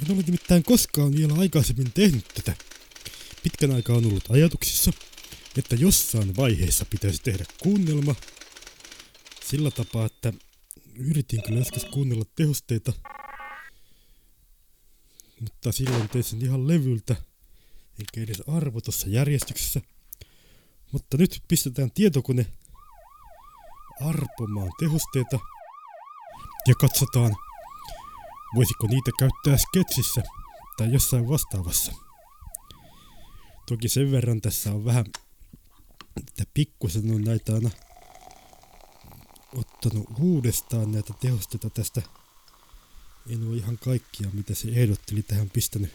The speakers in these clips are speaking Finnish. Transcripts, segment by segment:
En ole nimittäin koskaan vielä aikaisemmin tehnyt tätä. Pitkän aikaa on ollut ajatuksissa, että jossain vaiheessa pitäisi tehdä kuunnelma sillä tapaa, että yritin kyllä joskus kuunnella tehosteita, mutta silloin tein sen ihan levyltä, enkä edes arvotossa järjestyksessä. Mutta nyt pistetään tietokone arpomaan tehosteita ja katsotaan, voisiko niitä käyttää sketsissä tai jossain vastaavassa. Toki sen verran tässä on vähän, että pikkusen on näitä aina ottanut uudestaan näitä tehosteita tästä. En ole ihan kaikkia, mitä se ehdotteli tähän pistänyt.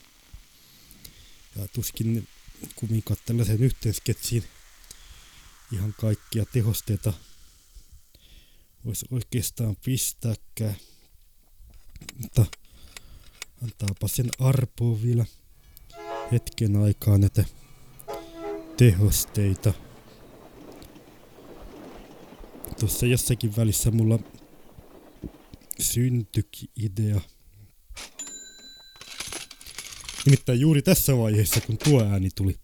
Ja tuskin kumminkaan tällaisen yhteen sketsiin ihan kaikkia tehosteita voisi oikeastaan pistääkään. Mutta antaapa sen arpoa vielä hetken aikaa näitä tehosteita. Tuossa jossakin välissä mulla syntyikin idea. Nimittäin juuri tässä vaiheessa, kun tuo ääni tuli.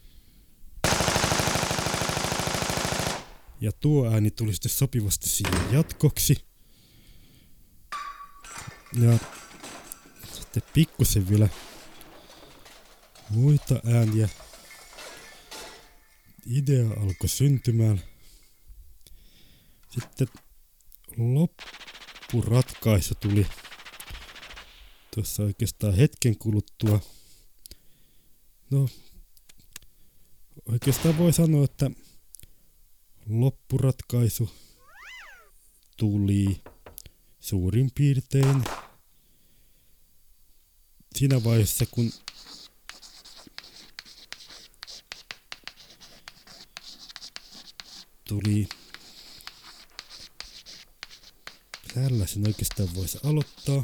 Ja tuo ääni tuli sitten sopivasti siihen jatkoksi. Ja sitten pikkusen vielä muita ääniä. Idea alkoi syntymään. Sitten loppuratkaisu tuli tuossa oikeastaan hetken kuluttua. No, oikeastaan voi sanoa, että loppuratkaisu tuli suurin piirtein siinä vaiheessa, kun tuli tällaisen oikeastaan voisi aloittaa.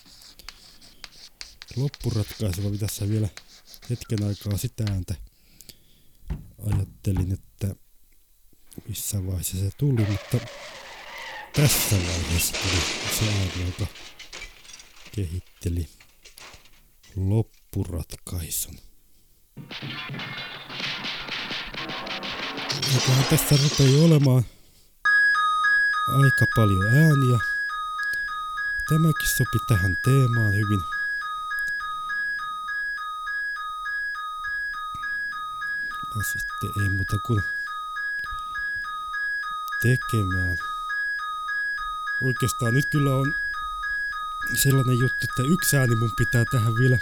Loppuratkaisua pitäisi vielä hetken aikaa sitä ääntä. Ajattelin, että missä vaiheessa se tuli, mutta tässä vaiheessa tuli se ääni, joka kehitteli loppuratkaisun. Jokohan tässä rupeaa olemaan aika paljon ääniä. Tämäkin sopi tähän teemaan hyvin. Ja sitten ei muuta kuin tekemään. Oikeastaan nyt kyllä on sellainen juttu, että yksi ääni mun pitää tähän vielä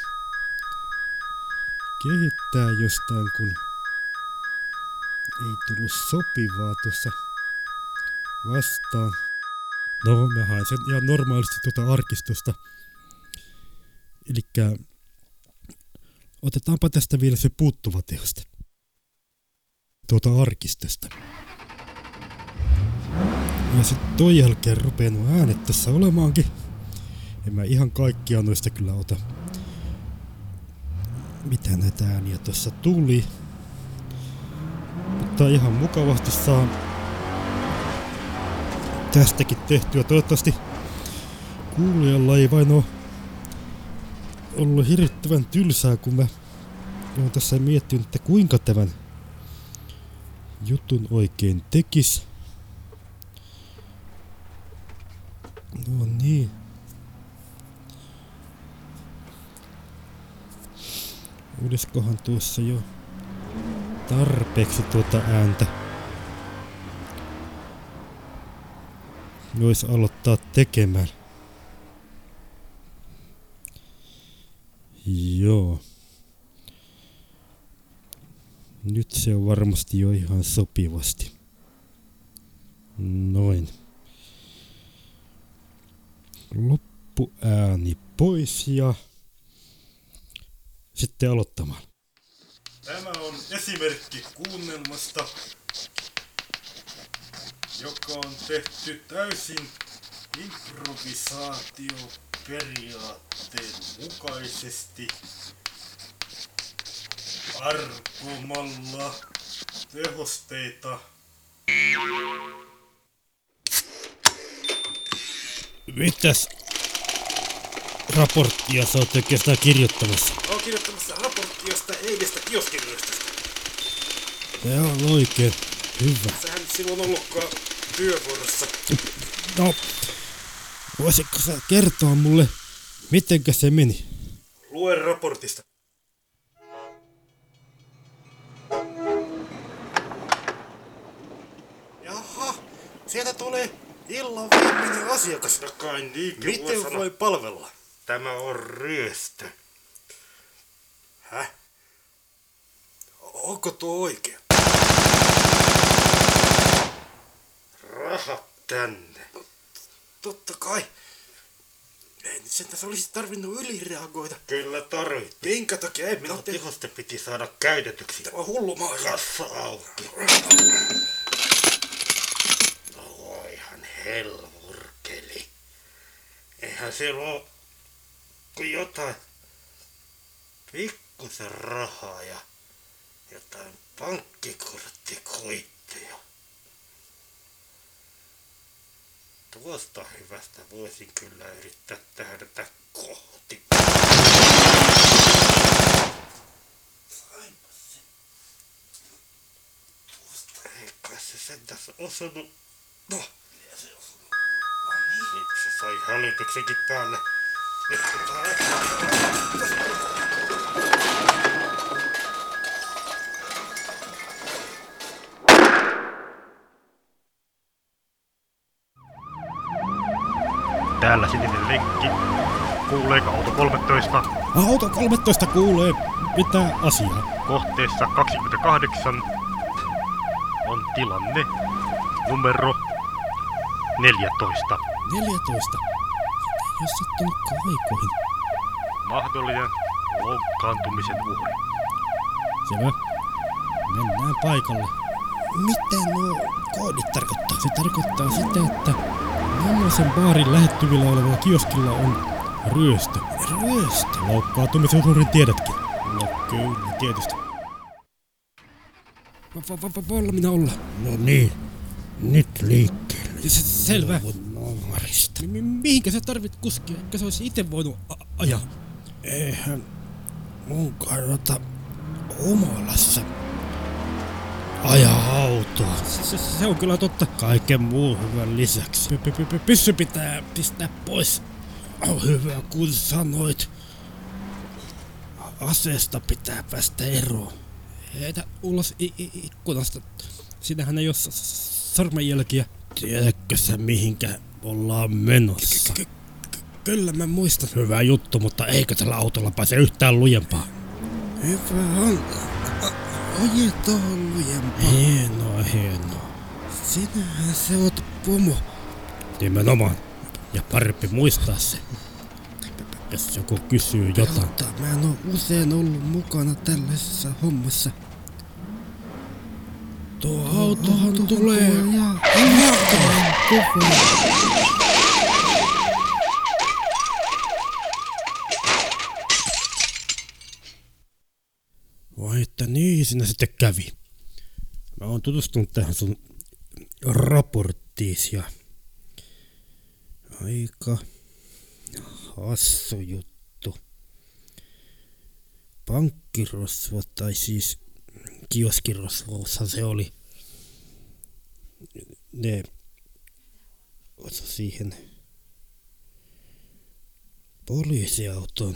kehittää jostain, kun ei tullut sopivaa tuossa vastaan. No, mä haen sen ihan normaalisti tuota arkistosta. Elikkä otetaanpa tästä vielä se puuttuva tehoste. Tuota arkistosta. Ja sit toi jälkeen rupee nuo äänet tässä olemaankin. En mä ihan kaikkia noista kyllä ota. Mitä näitä ääniä tuossa tuli. Mutta ihan mukavasti saa tästäkin tehtyä. Toivottavasti kuulijalla ei vain ole ollut hirvittävän tylsää, kun mä oon tässä miettinyt, että kuinka tämän jutun oikein tekis. No niin. Olisikohan tuossa jo tarpeeksi tuota ääntä? Vois aloittaa tekemään. Joo. Nyt se on varmasti jo ihan sopivasti. Noin. Loppuääni pois ja sitten aloittamaan. Tämä on esimerkki kuunnelmasta, joka on tehty täysin improvisaatioperiaatteen mukaisesti arpomalla tehosteita. Mitäs? raporttia sä oot oikeastaan kirjoittamassa? Oon kirjoittamassa raporttia jostain eilisestä kioskiryöstöstä. Se on oikein hyvä. Sähän nyt silloin ollutkaan työvuorossa. No, voisitko sä kertoa mulle, mitenkä se meni? Lue raportista. Jaha, sieltä tulee illan viimeinen asiakas. No kai niinkin Miten sanoa. voi palvella? Tämä on ryöstö. Häh? Onko tuo oikein? Rahat tänne. Totta kai. Ei nyt sen tässä olisi tarvinnut ylireagoida. Kyllä tarvittiin. Minkä takia en minä Tuo tee? tehoste piti saada käytetyksi. Tämä on hullu maailma. Kassa auki. Voihan helvurkeli. Eihän siellä oo kuin jotain pikkusen rahaa ja jotain pankkikorttikoitteja. Tuosta hyvästä voisin kyllä yrittää tähdätä kohti. Eikä se sentäs osunut. No, Nyt se sai hälytyksenkin päälle. Nyt pitää Täällä sininen lenkki. Kuuleeko auto 13? Auto 13 kuulee. Mitä asiaa? Kohteessa 28 on tilanne numero 14. 14. Ei ole sattunut aikoihin. Mahdollinen loukkaantumisen uhri. Selvä. Mennään paikalle. Mitä nuo koodit tarkoittaa? Se tarkoittaa sitä, että Mammosen baarin lähettyvillä olevalla kioskilla on ryöstö. Ryöstö? Loukkaantumisen uhrin tiedätkin. No kyllä, tietysti. Valmiina olla. No niin. Nyt liikkeelle. Selvä. Marista. Mihinkä sä tarvit kuskia? Eikö sä olisi itse voinut ajaa? Eihän mun kannata humalassa ajaa autoa. Se on kyllä totta. Kaiken muun hyvän lisäksi. Pyssy pitää pistää pois. Hyvä kun sanoit. Aseesta pitää päästä eroon. Heitä ulos ikkunasta. Siinähän ei oo sormenjälkiä. Tiedätkö sä mihinkä ollaan menossa? Kyllä mä muistan. Hyvä juttu, mutta eikö tällä autolla pääse yhtään lujempaa? Hyvä on. Ojetaan lujempaa. Hienoa. Sinähän se oot pomo. Nimenomaan. Ja parempi muistaa se. Jos joku kysyy jotain. Mä en oo usein ollut mukana tällaisessa hommassa. Tuo autohan tulee ja vai että niin siinä sitten kävi. Mä oon tutustunut tähän sun raporttiis ja aika hassu juttu. Pankkirosvo tai siis kioskirosvossa se oli. Ne osa siihen poliisiautoon.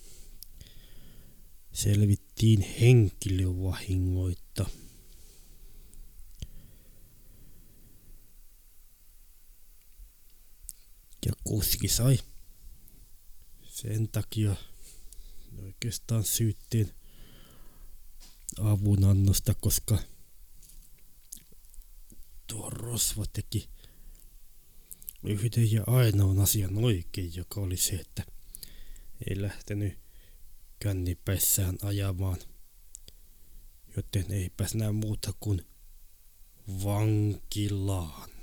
Selvittiin henkilövahingoitta. Ja kuski sai sen takia oikeastaan syytteen avunannosta, koska tuo rosvo teki yhden ja ainoan asian oikein, joka oli se, että ei lähtenyt kännipäissään ajamaan, joten ei pääsnä muuta kuin vankilaan.